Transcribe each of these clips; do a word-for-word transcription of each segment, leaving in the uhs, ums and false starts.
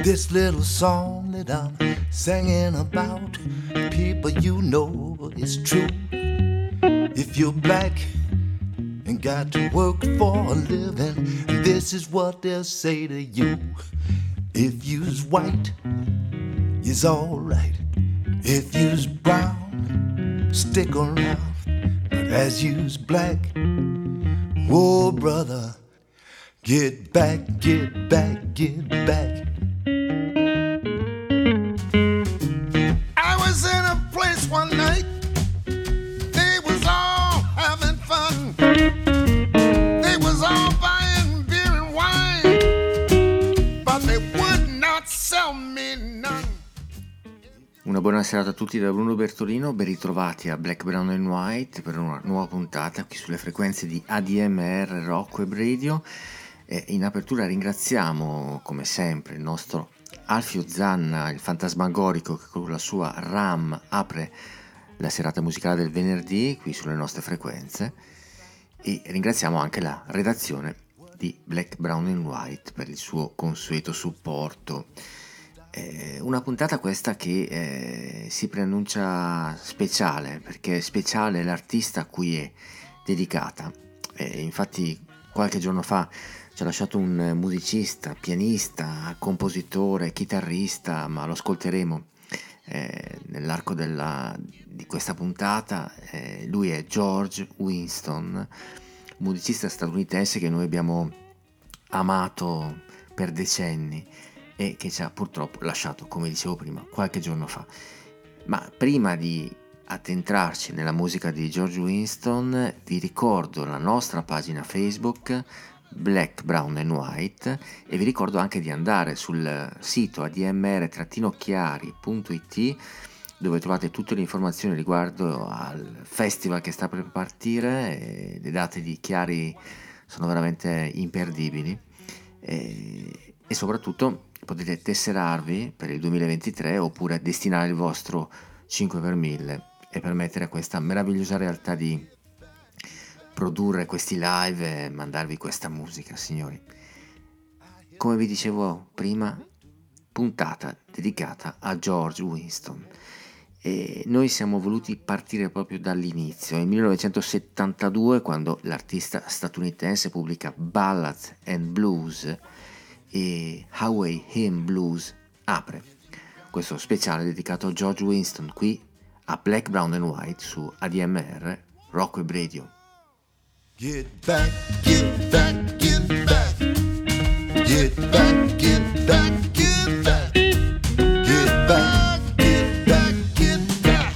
This little song that I'm singing about, people, you know it's true. If you're black and got to work for a living, this is what they'll say to you. If you's white, you's alright. If you's brown, stick around. But as you's black, whoa brother, get back, get back, get back. I was in a place one night, they was all having fun. They was all buying beer and wine, but they would not sell me none. Una buona serata a tutti da Bruno Bertolino, ben ritrovati a Black, Brown and White per una nuova puntata qui sulle frequenze di A D M R Rock Web Radio. E in apertura ringraziamo come sempre il nostro Alfio Zanna, il fantasmagorico, che con la sua RAM apre la serata musicale del venerdì qui sulle nostre frequenze, e ringraziamo anche la redazione di Black, Brown and White per il suo consueto supporto. Eh, una puntata questa che eh, si preannuncia speciale, perché è speciale l'artista a cui è dedicata. Eh, infatti qualche giorno fa ci ha lasciato un musicista, pianista, compositore, chitarrista, ma lo ascolteremo eh, nell'arco della, di questa puntata. Eh, lui è George Winston, musicista statunitense che noi abbiamo amato per decenni e che ci ha purtroppo lasciato, come dicevo prima, qualche giorno fa. Ma prima di addentrarci nella musica di George Winston, vi ricordo la nostra pagina Facebook Black, Brown and White, e vi ricordo anche di andare sul sito a d m r chiari punto i t, dove trovate tutte le informazioni riguardo al festival che sta per partire. E le date di Chiari sono veramente imperdibili, e, e soprattutto potete tesserarvi per il duemilaventitré oppure destinare il vostro cinque per mille e permettere a questa meravigliosa realtà di produrre questi live e mandarvi questa musica, signori. Come vi dicevo prima, puntata dedicata a George Winston, e noi siamo voluti partire proprio dall'inizio, nel millenovecentosettantadue, quando l'artista statunitense pubblica Ballads and Blues, e Highway Hymn Blues apre questo speciale dedicato a George Winston qui a Black, Brown and White su A D M R Rock Web Radio. Get back, get back, get back. Get back, get back, get back. Get back, get back, get back.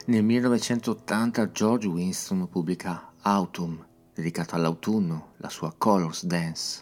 Nel millenovecentottanta George Winston pubblica Autumn, dedicato all'autunno, la sua Colors Dance.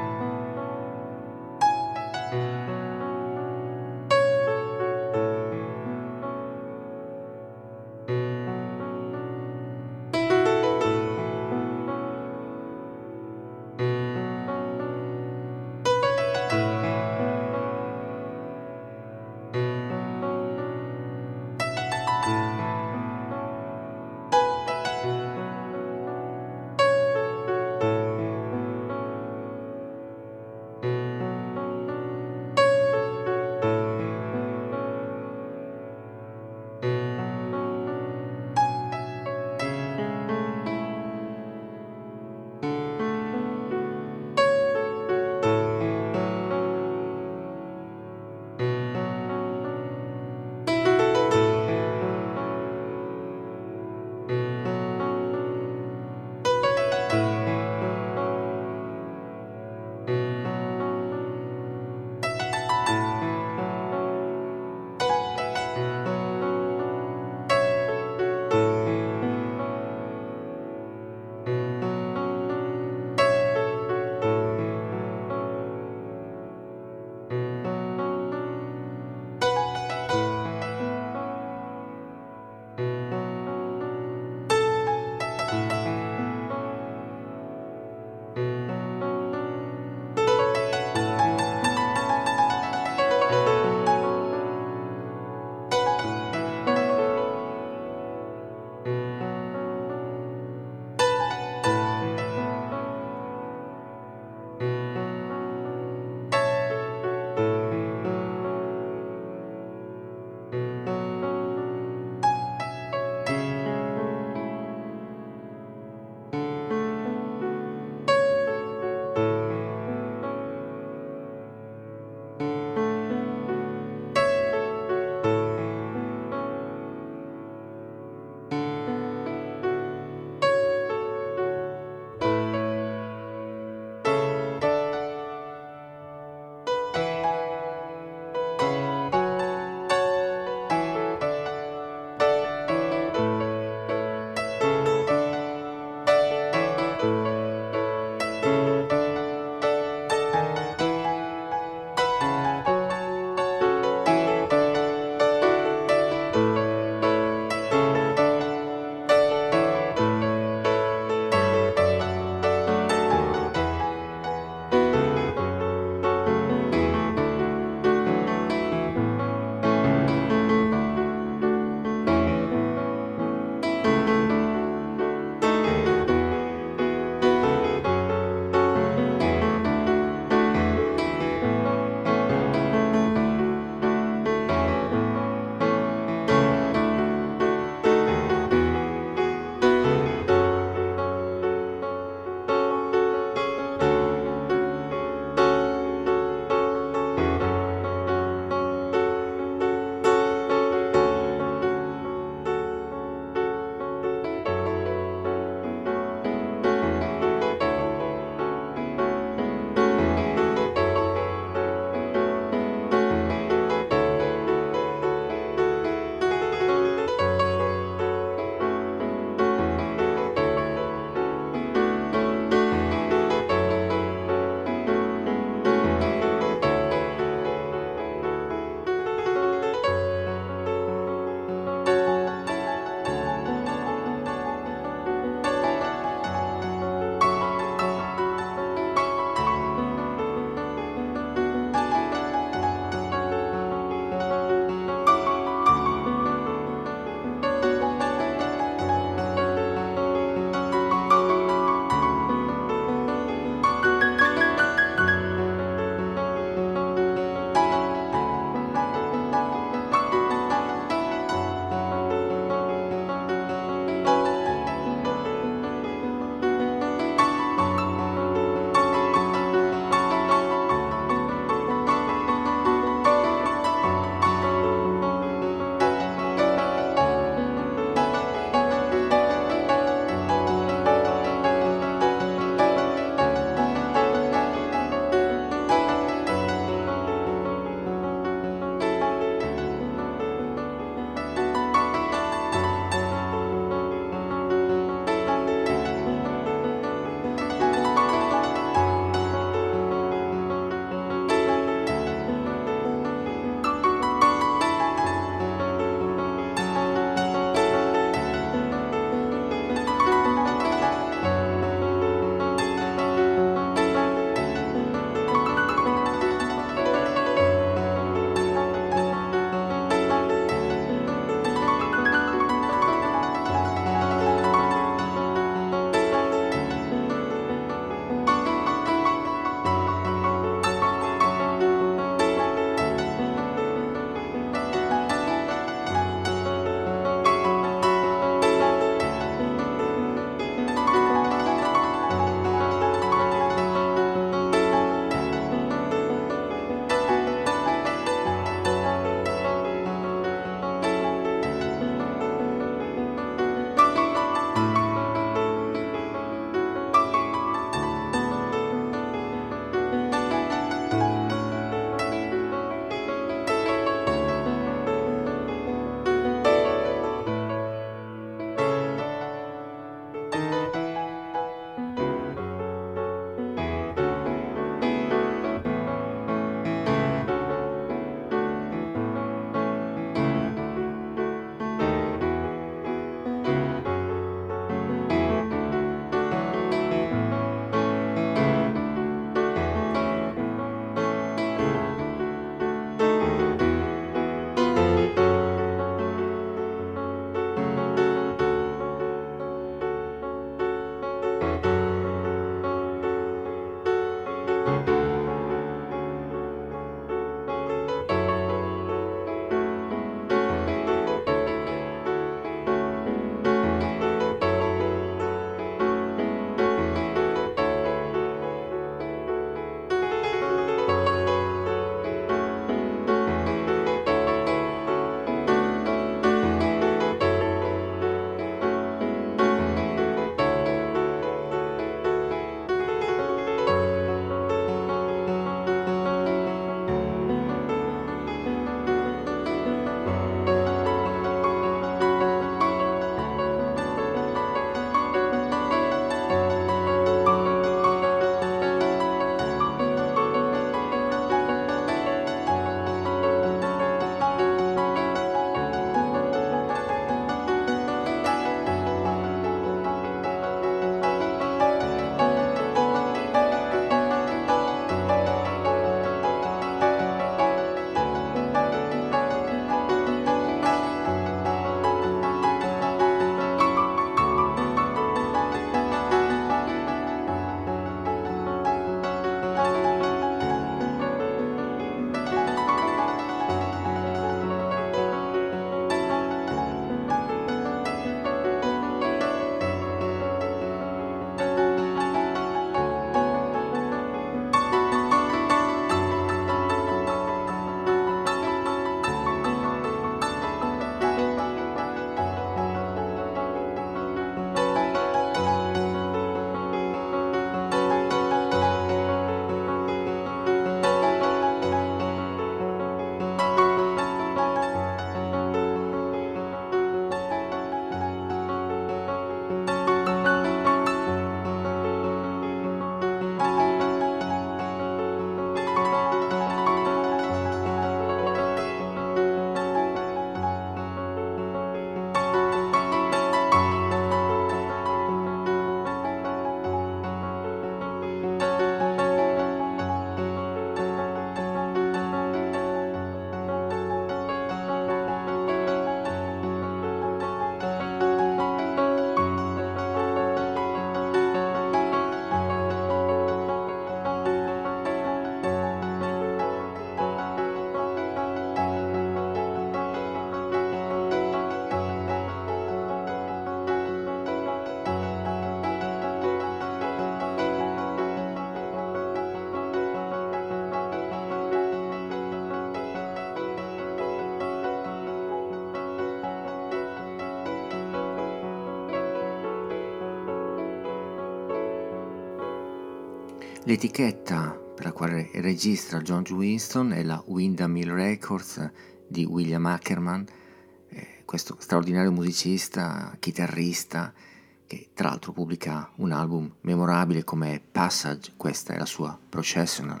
L'etichetta per la quale registra George Winston è la Windham Mill Records di William Ackerman, eh, questo straordinario musicista, chitarrista, che tra l'altro pubblica un album memorabile come Passage, questa è la sua Processional.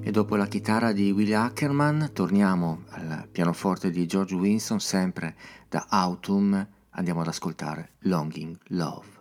E dopo la chitarra di Willie Ackerman torniamo al pianoforte di George Winston, sempre da Autumn, andiamo ad ascoltare Longing Love.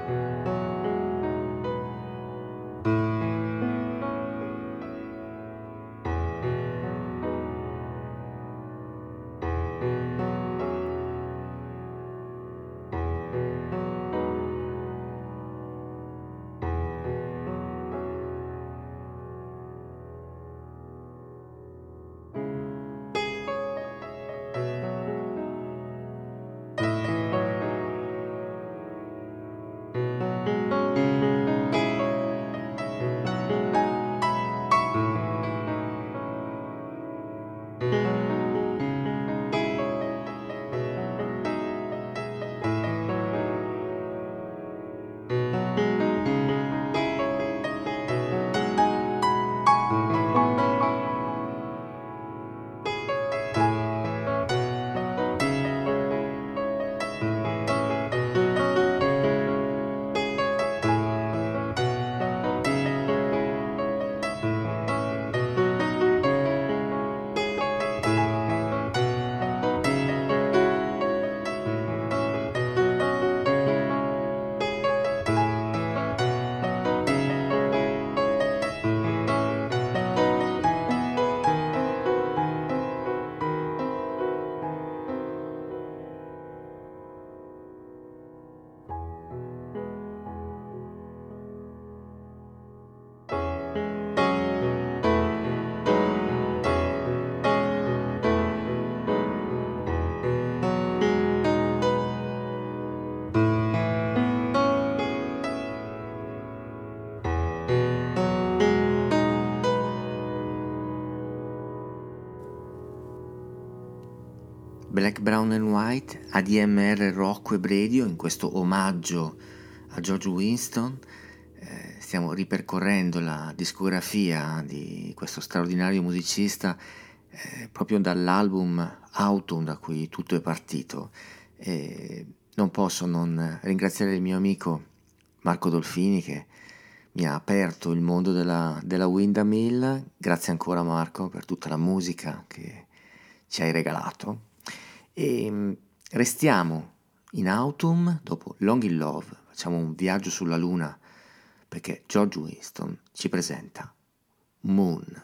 Black, Brown and White, A D M R Rock Web Radio, in questo omaggio a George Winston. Eh, stiamo ripercorrendo la discografia di questo straordinario musicista eh, proprio dall'album Autumn, da cui tutto è partito. E non posso non ringraziare il mio amico Marco Dolfini, che mi ha aperto il mondo della, della Windham Mill. Grazie ancora, Marco, per tutta la musica che ci hai regalato. E restiamo in Autumn. Dopo Long in Love facciamo un viaggio sulla luna, perché George Winston ci presenta Moon.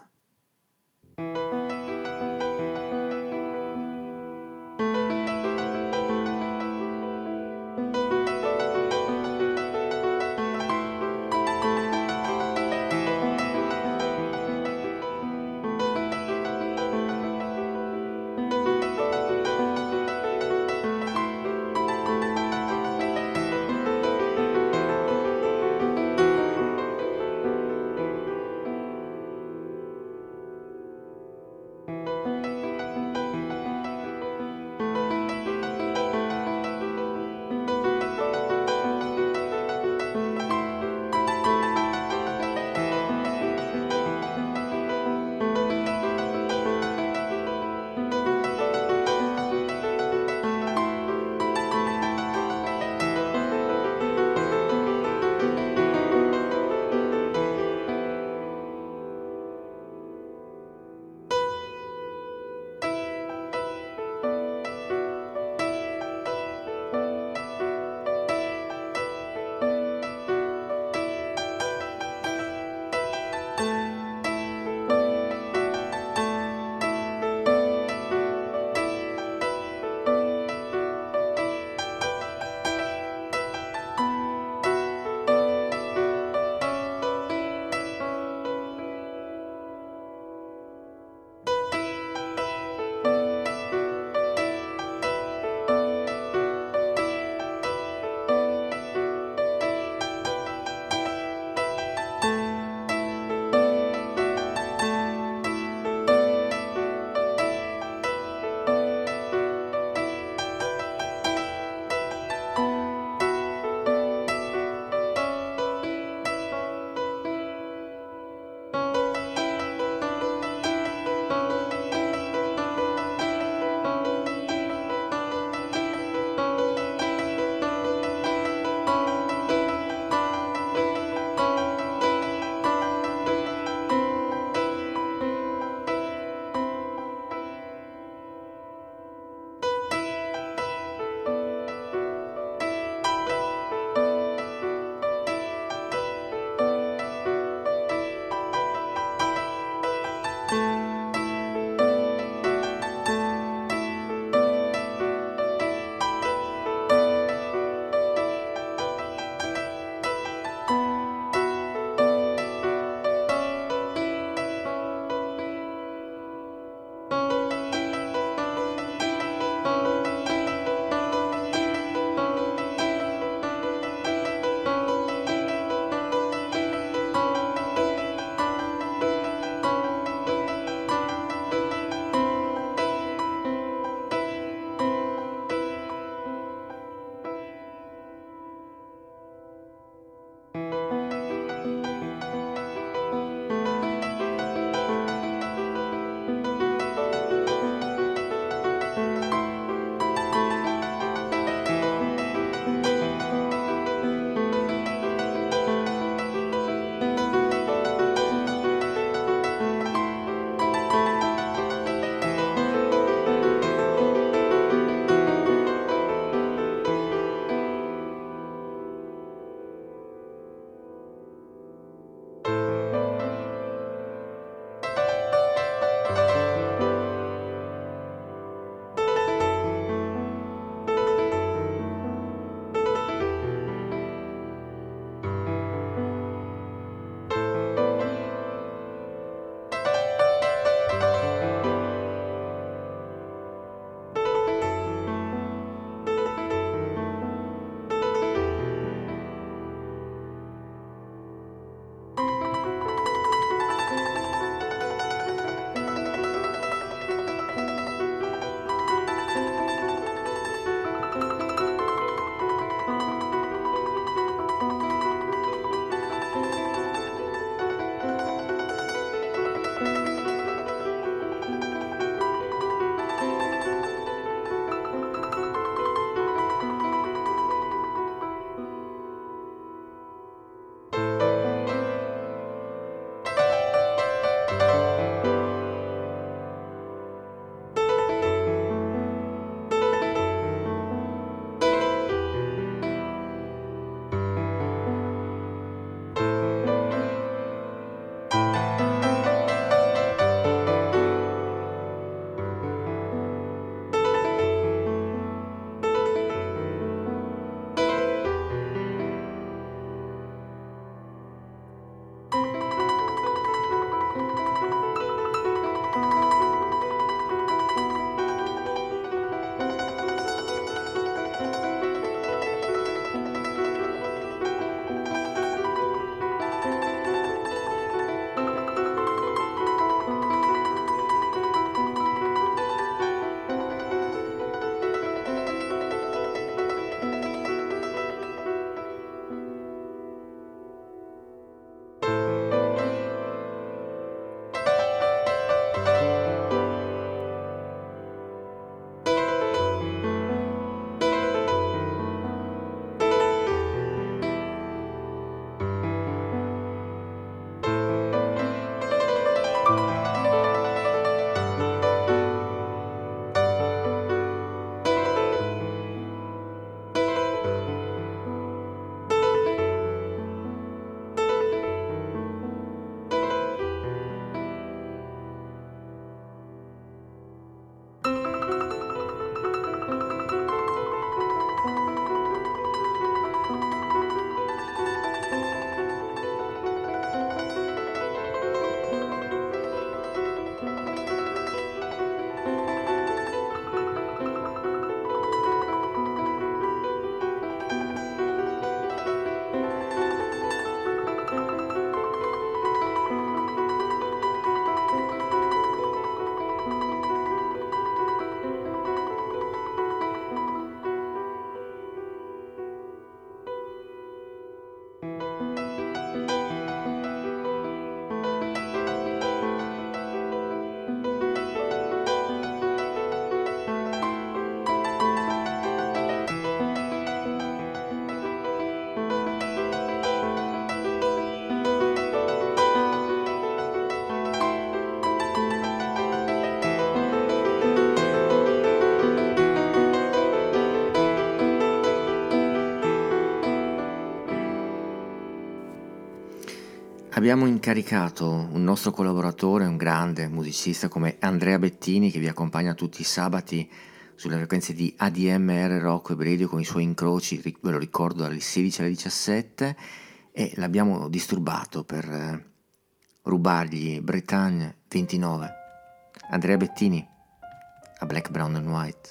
Abbiamo incaricato un nostro collaboratore, un grande musicista come Andrea Bettini, che vi accompagna tutti i sabati sulle frequenze di A D M R Rock Web Radio con i suoi incroci, ve lo ricordo, dalle sedici alle diciassette, e l'abbiamo disturbato per eh, rubargli Bretagne ventinove. Andrea Bettini a Black, Brown and White.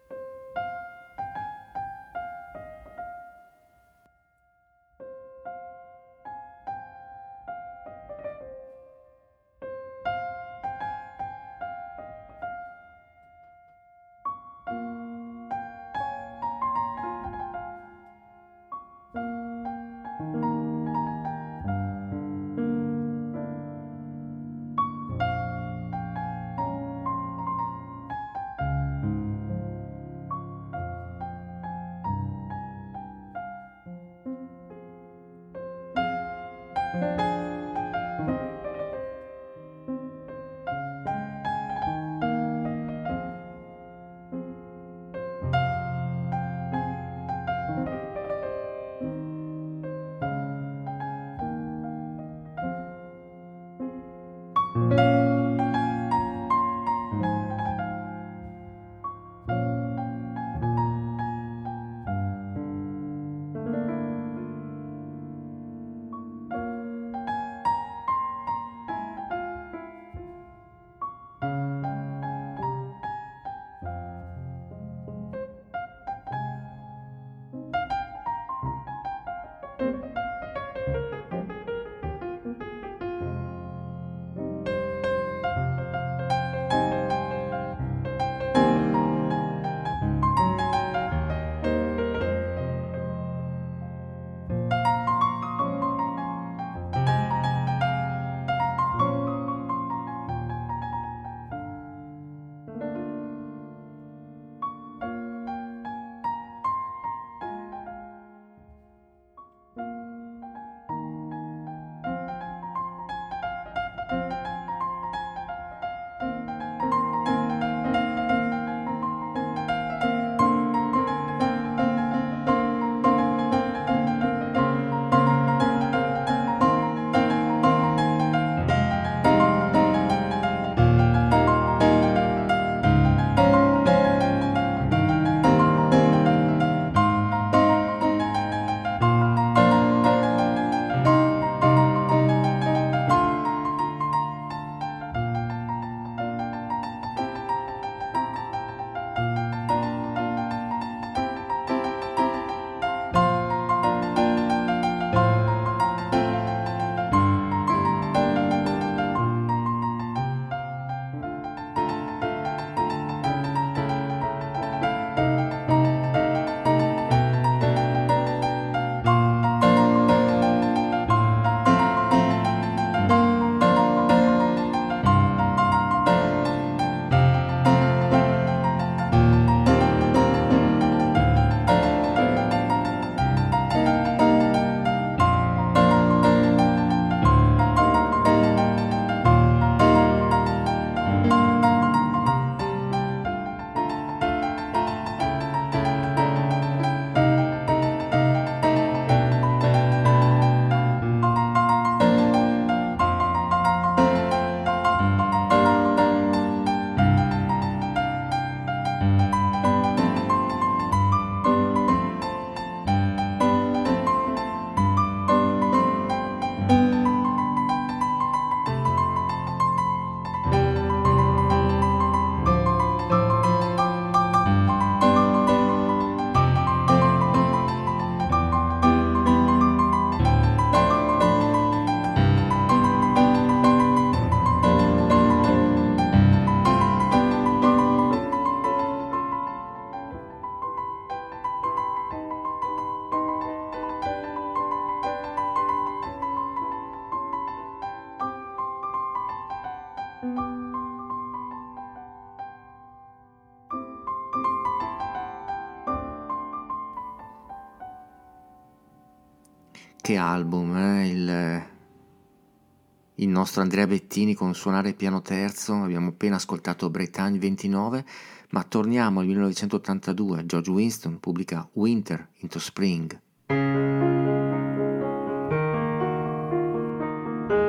Che album, eh? Il, il nostro Andrea Bettini con suonare piano terzo. Abbiamo appena ascoltato Bretagne ventinove, ma torniamo al millenovecentottantadue. George Winston pubblica Winter into Spring.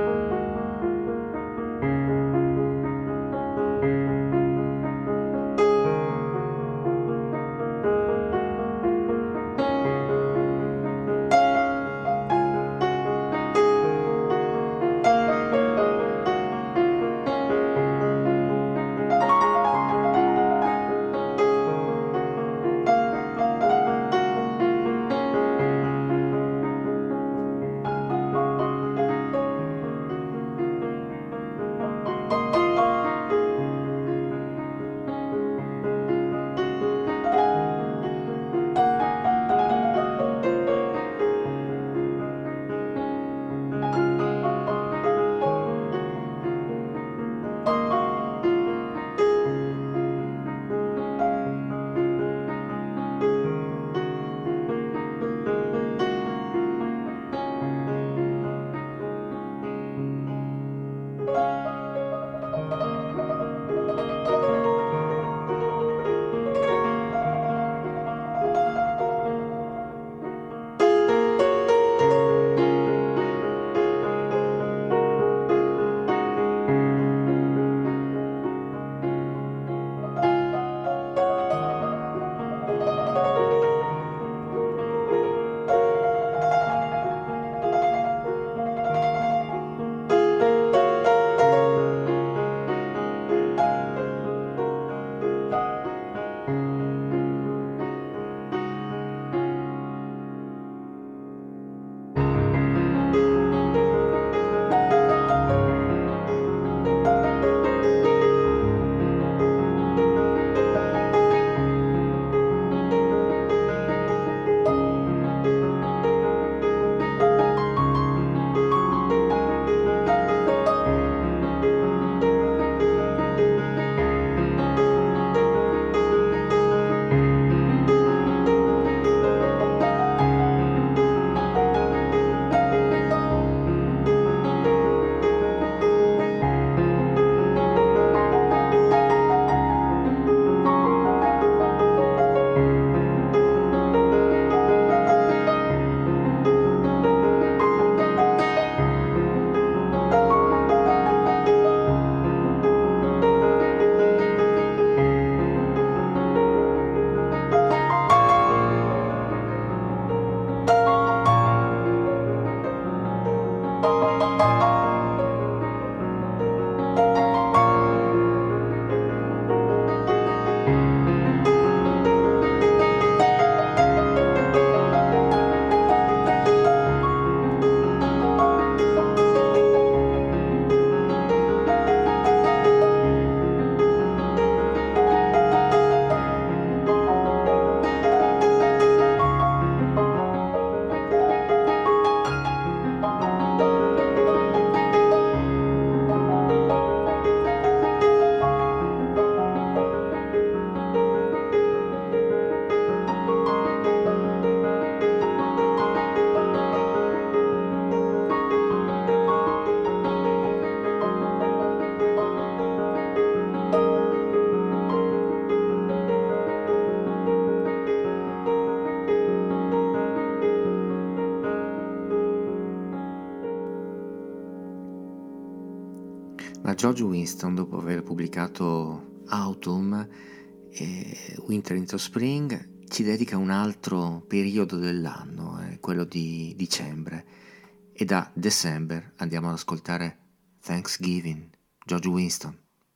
la George Winston, dopo aver pubblicato Autumn e Winter into Spring, ci dedica un altro periodo dell'anno, eh, quello di dicembre, e da December andiamo ad ascoltare Thanksgiving, George Winston.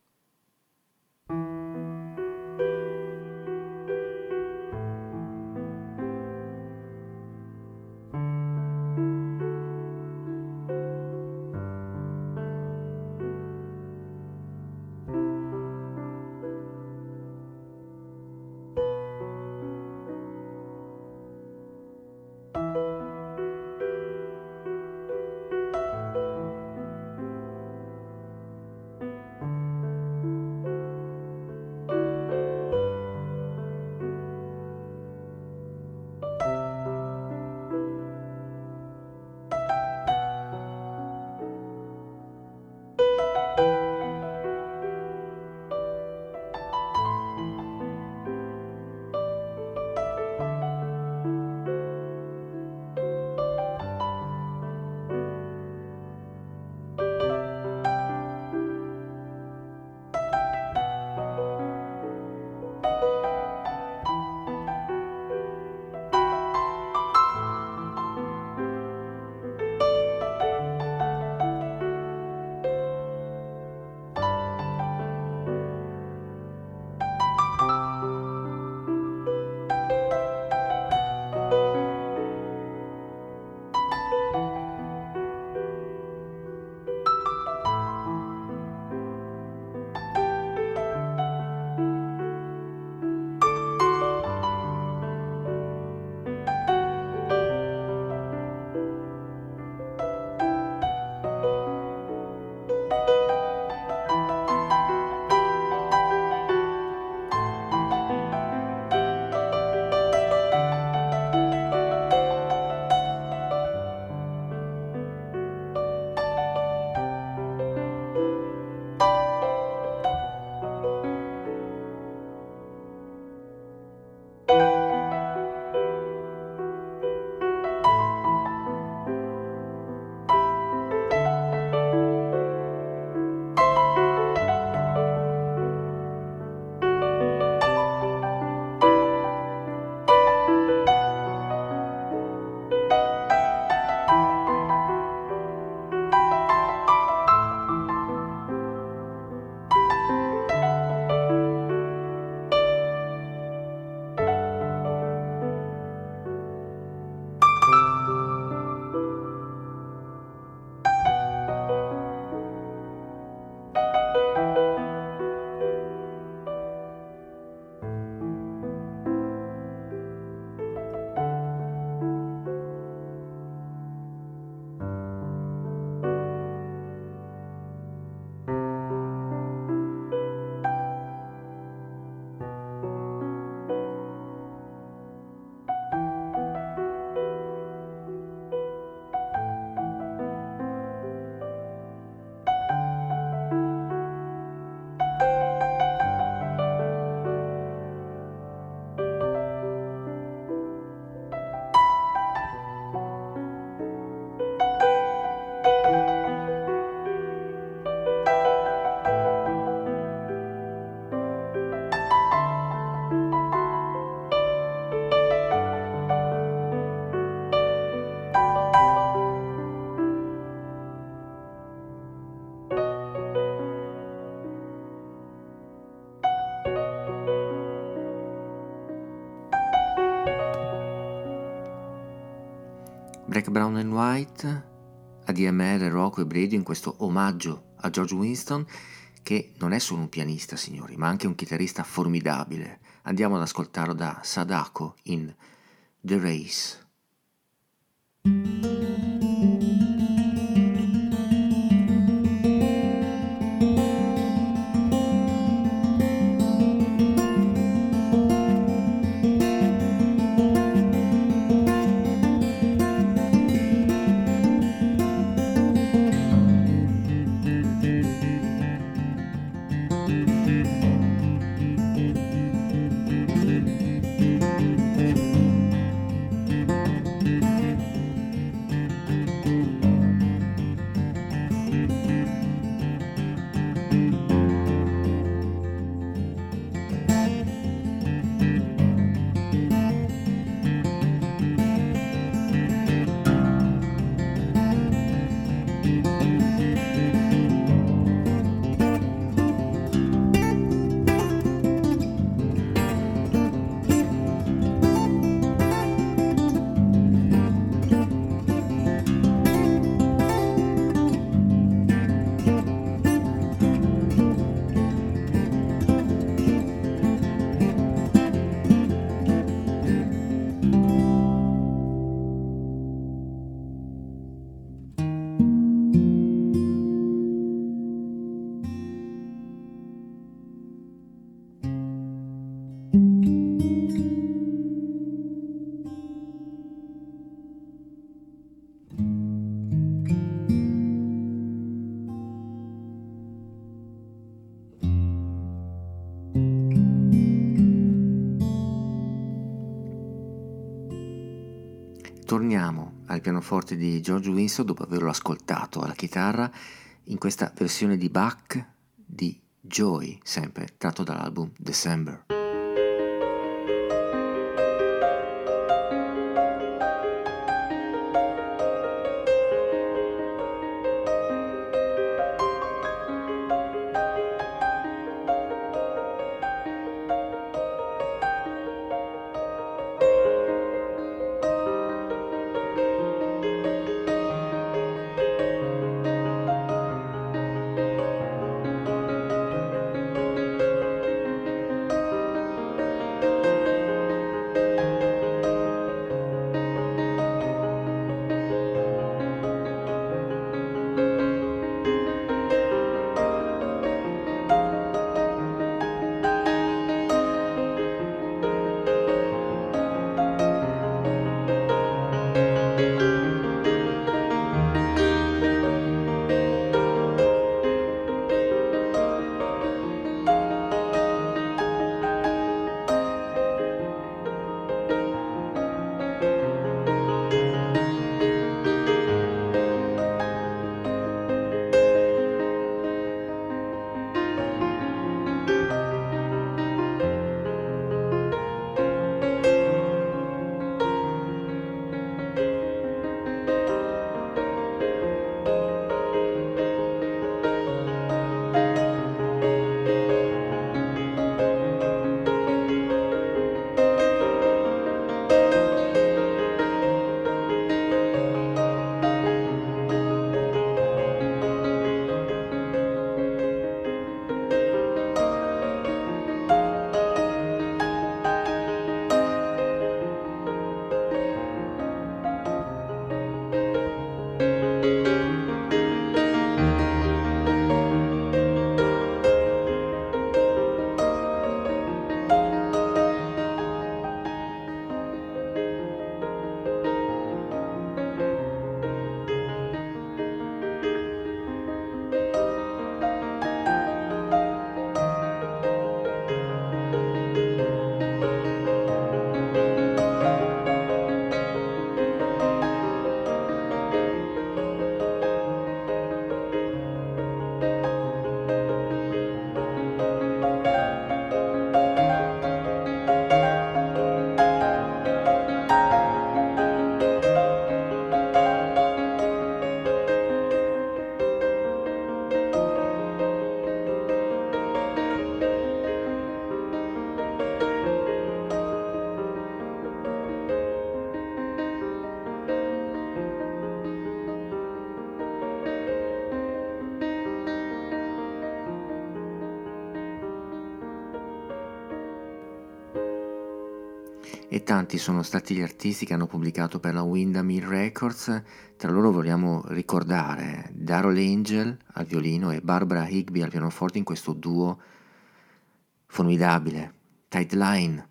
Black, Brown and White, A D M R, Rocco e Brady in questo omaggio a George Winston, che non è solo un pianista, signori, ma anche un chitarrista formidabile. Andiamo ad ascoltarlo da Sadako in The Race. torniamo al pianoforte di George Winsor dopo averlo ascoltato alla chitarra in questa versione di Bach di Joy, sempre tratto dall'album December. E tanti sono stati gli artisti che hanno pubblicato per la Windermere Records. Tra loro vogliamo ricordare Darrell Angel al violino e Barbara Higbie al pianoforte in questo duo formidabile, Tight Line.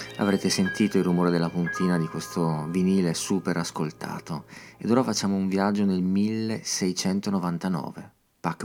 Avrete sentito il rumore della puntina di questo vinile super ascoltato ed ora facciamo un viaggio nel milleseicentonovantanove, Pachelbel.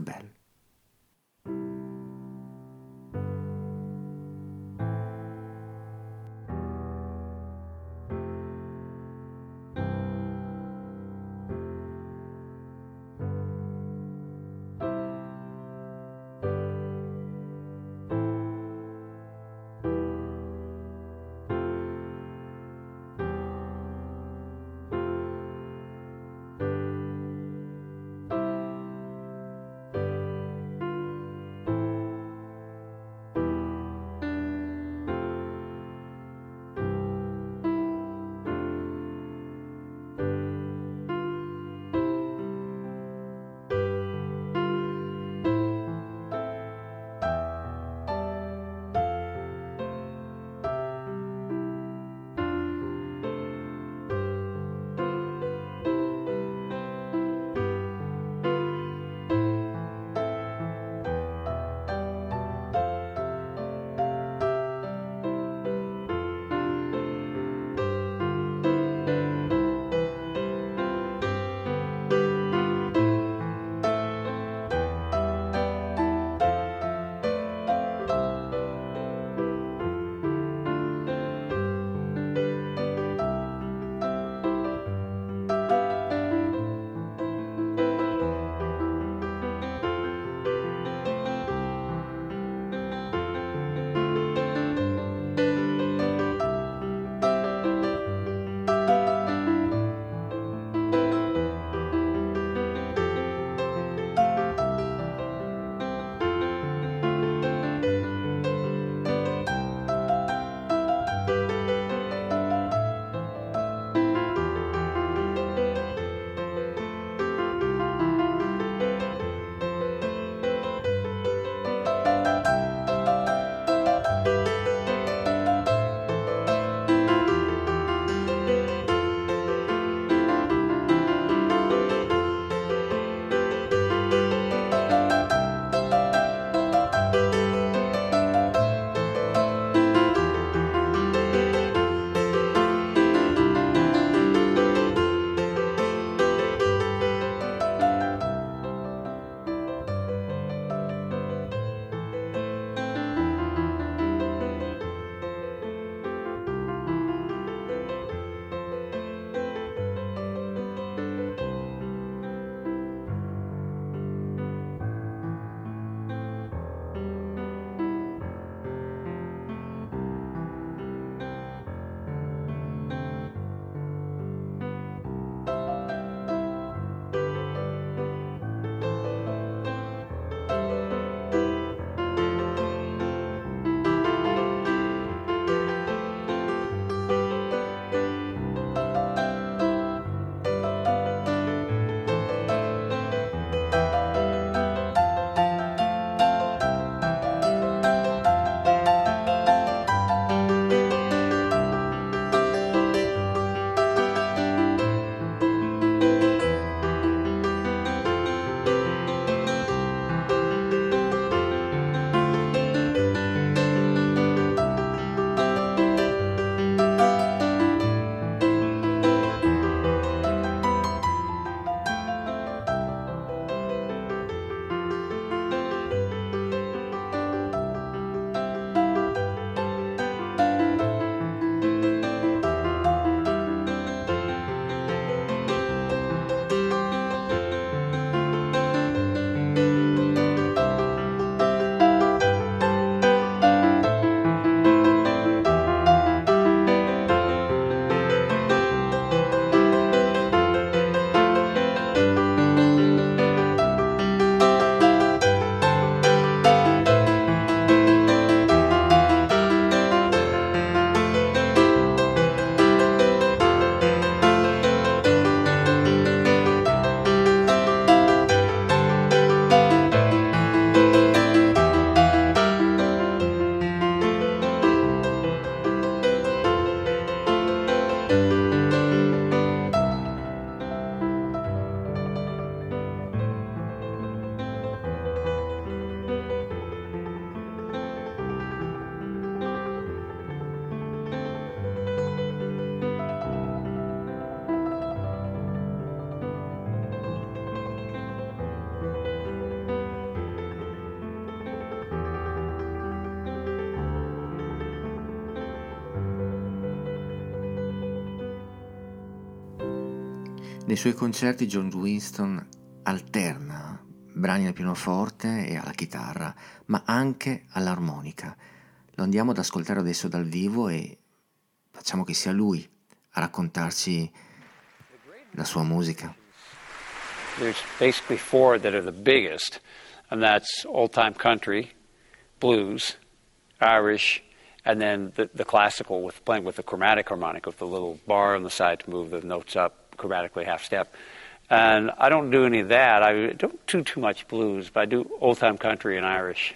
Nei suoi concerti George Winston alterna brani al pianoforte e alla chitarra, ma anche all'armonica. Lo andiamo ad ascoltare adesso dal vivo e facciamo che sia lui a raccontarci la sua musica. There's basically four that are the biggest, and that's old-time country, blues, Irish, and then the, the classical with playing with the chromatic harmonic with the little bar on the side to move the notes up chromatically half step. And I don't do any of that. I don't do too much blues, but I do old-time country and Irish.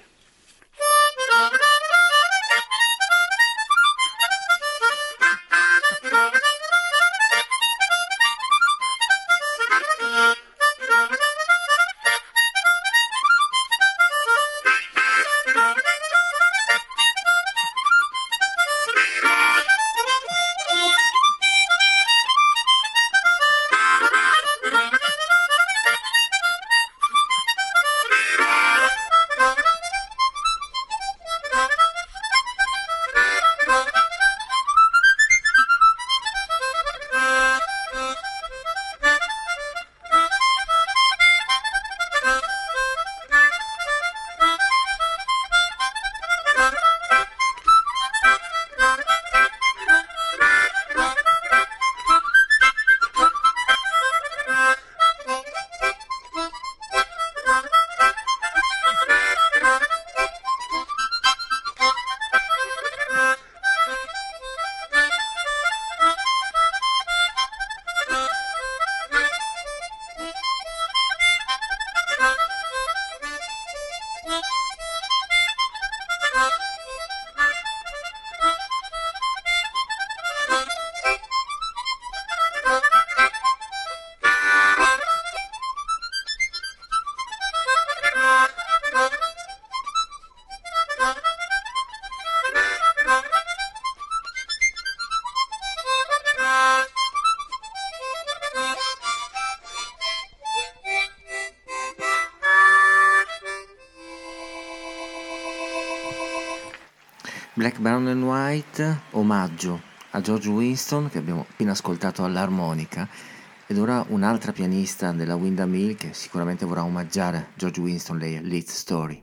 Black, Brown and White, omaggio a George Winston che abbiamo appena ascoltato all'armonica, ed ora un'altra pianista della Windham Hill che sicuramente vorrà omaggiare George Winston, lei è Liz Story.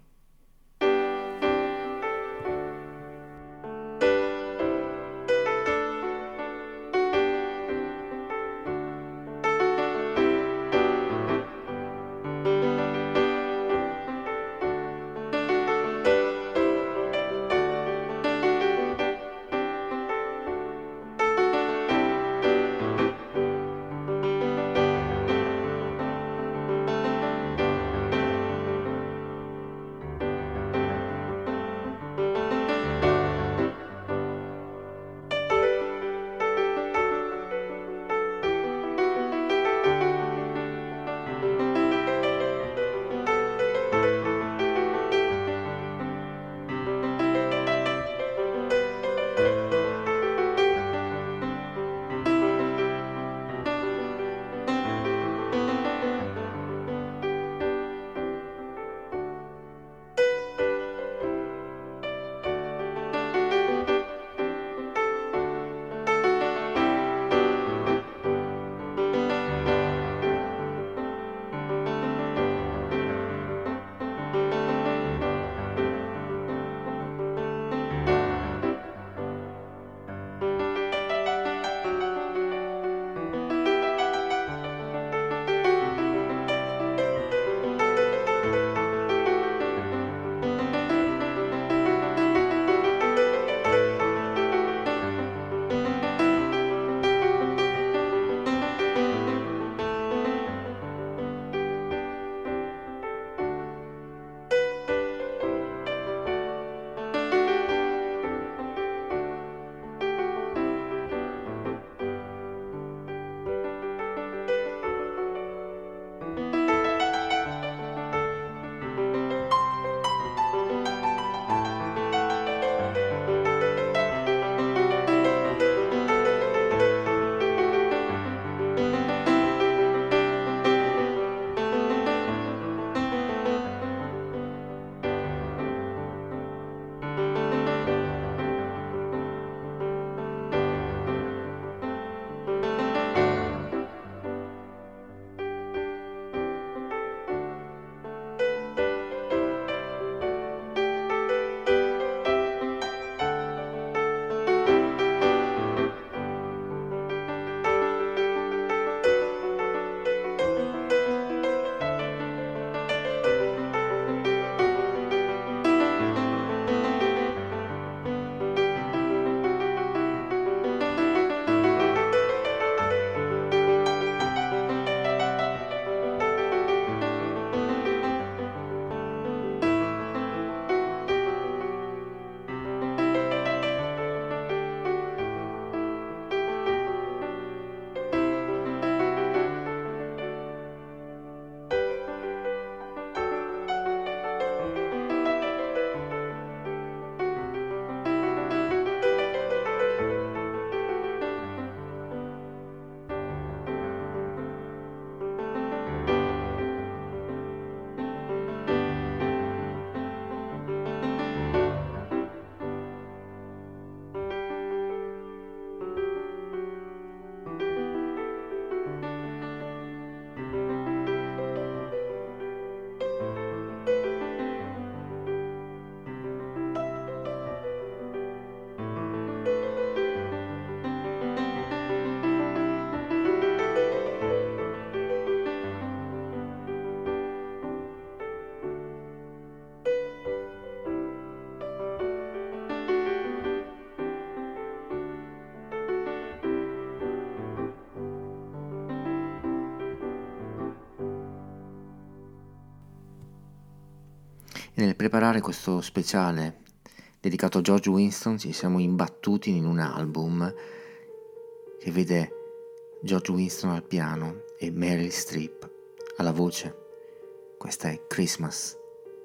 E nel preparare questo speciale dedicato a George Winston ci siamo imbattuti in un album che vede George Winston al piano e Meryl Streep alla voce. Questa è Christmas.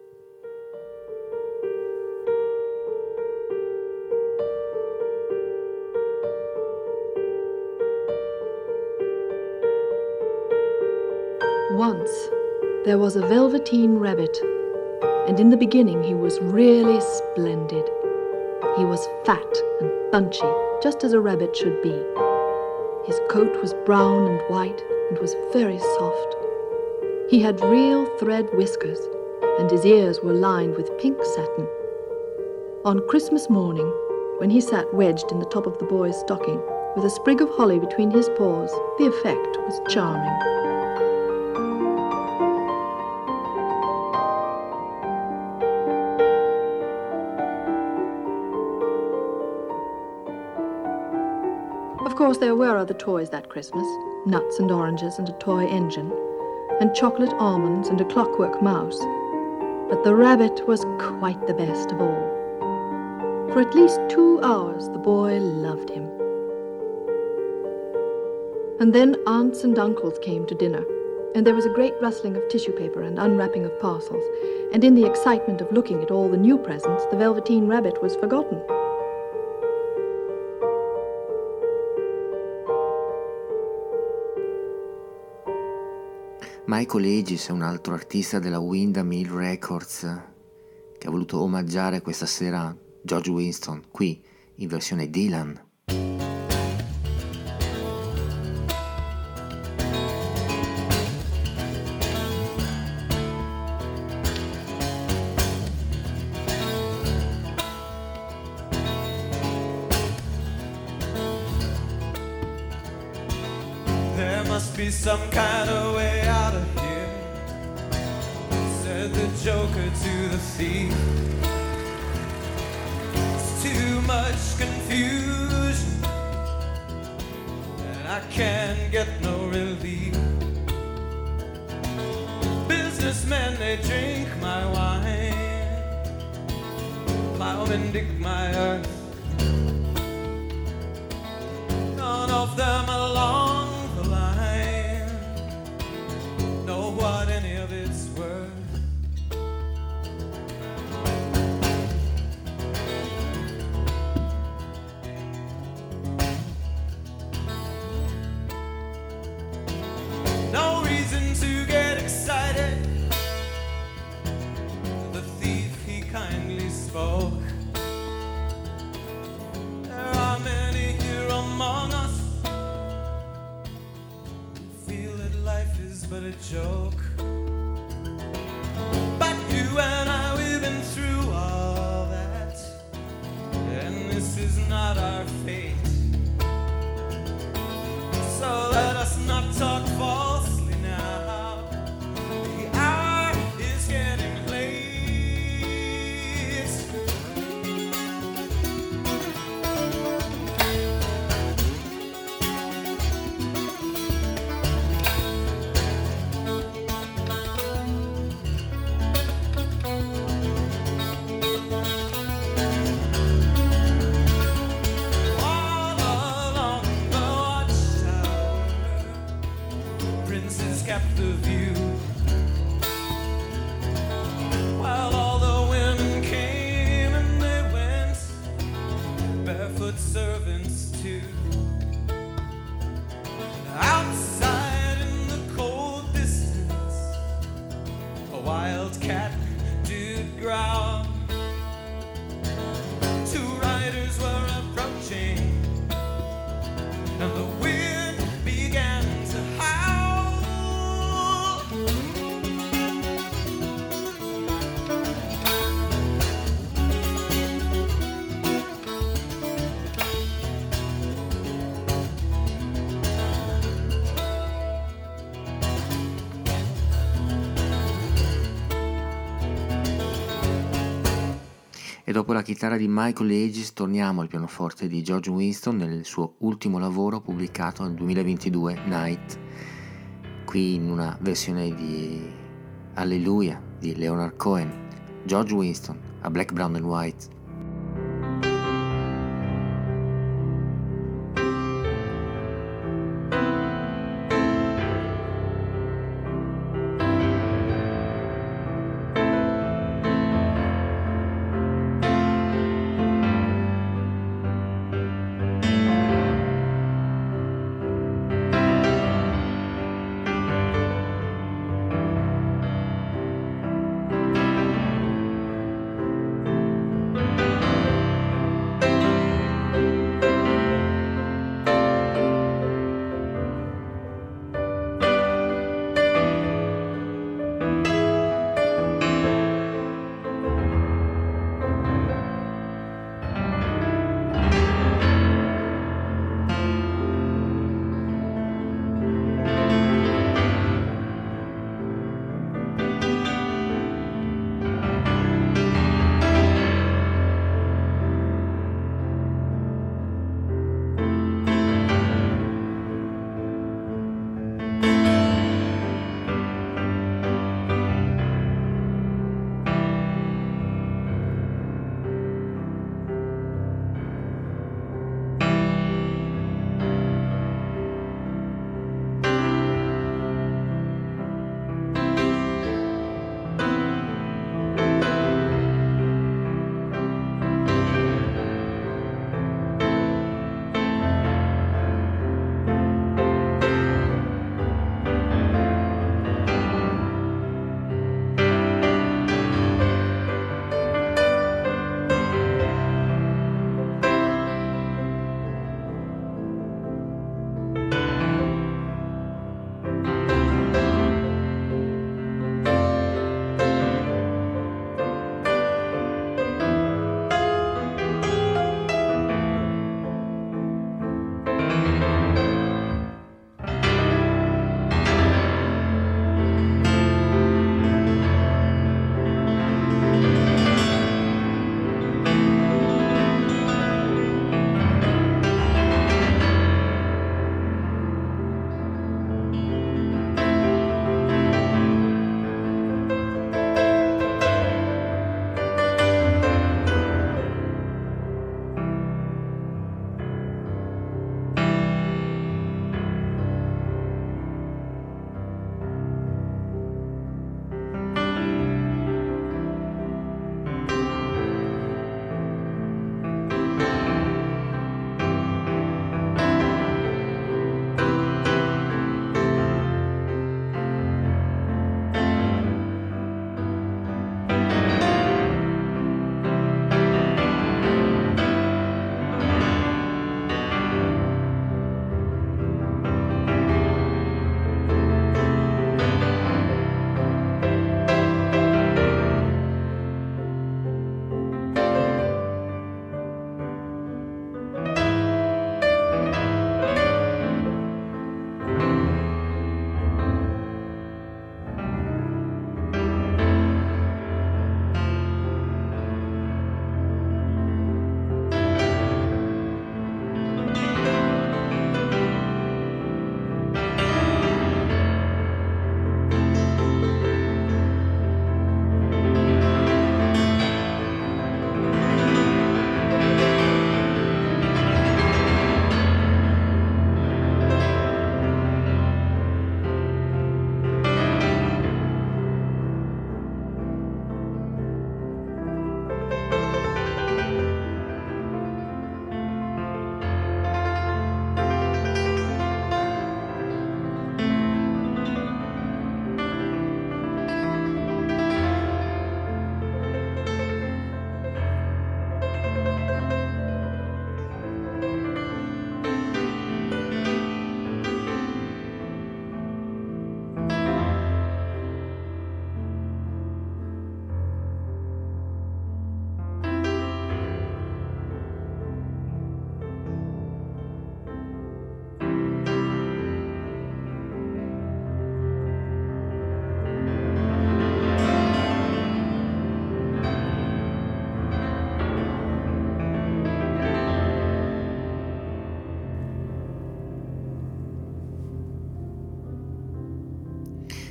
Once there was a velveteen rabbit, and in the beginning he was really splendid. He was fat and bunchy, just as a rabbit should be. His coat was brown and white and was very soft. He had real thread whiskers, and his ears were lined with pink satin. On Christmas morning, when he sat wedged in the top of the boy's stocking, with a sprig of holly between his paws, the effect was charming. Of course, there were other toys that Christmas, nuts and oranges and a toy engine, and chocolate almonds and a clockwork mouse. But the rabbit was quite the best of all. For at least two hours, the boy loved him. And then aunts and uncles came to dinner, and there was a great rustling of tissue paper and unwrapping of parcels, and in the excitement of looking at all the new presents, the Velveteen Rabbit was forgotten. Michael Aegis è un altro artista della Windham Hill Records che ha voluto omaggiare questa sera George Winston, qui in versione Dylan. There must be some kind of way out of here, said the Joker to the thief. It's too much confusion, and I can't get no relief. Businessmen, they drink my wine, plowmen dig my earth. None of them along the line know what any of it's worth. No reason to get excited. The thief, he kindly spoke. There are many here among us who feel that life is but a joke. But you and I, we've been through all that, and this is not our fate. So let us not talk falsely now. The hour is getting late. All along the watchtower, princes kept the view, while all the women came and they went, barefoot servants too. Outside in the cold distance, a wild cat did growl. Two riders were approaching, and the wind began to howl. E dopo la chitarra di Michael Aegis torniamo al pianoforte di George Winston nel suo ultimo lavoro pubblicato nel duemilaventidue, Night, qui in una versione di Alleluia di Leonard Cohen. George Winston, a Black, Brown and White.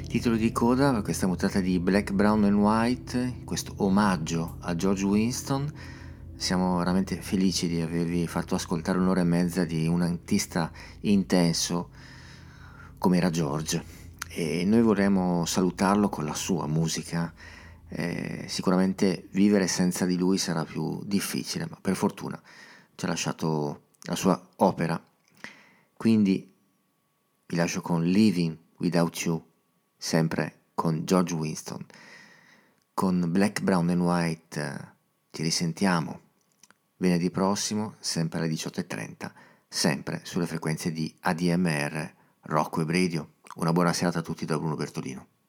Titolo di coda per questa puntata di Black, Brown and White, questo omaggio a George Winston. Siamo veramente felici di avervi fatto ascoltare un'ora e mezza di un artista intenso come era George, e noi vorremmo salutarlo con la sua musica. Eh, sicuramente vivere senza di lui sarà più difficile, ma per fortuna ci ha lasciato la sua opera. Quindi vi lascio con Living Without You, sempre con George Winston. Con Black, Brown and White eh, ci risentiamo venerdì prossimo, sempre alle diciotto e trenta, sempre sulle frequenze di A D M R Rock Web Radio. Una buona serata a tutti da Bruno Bertolino.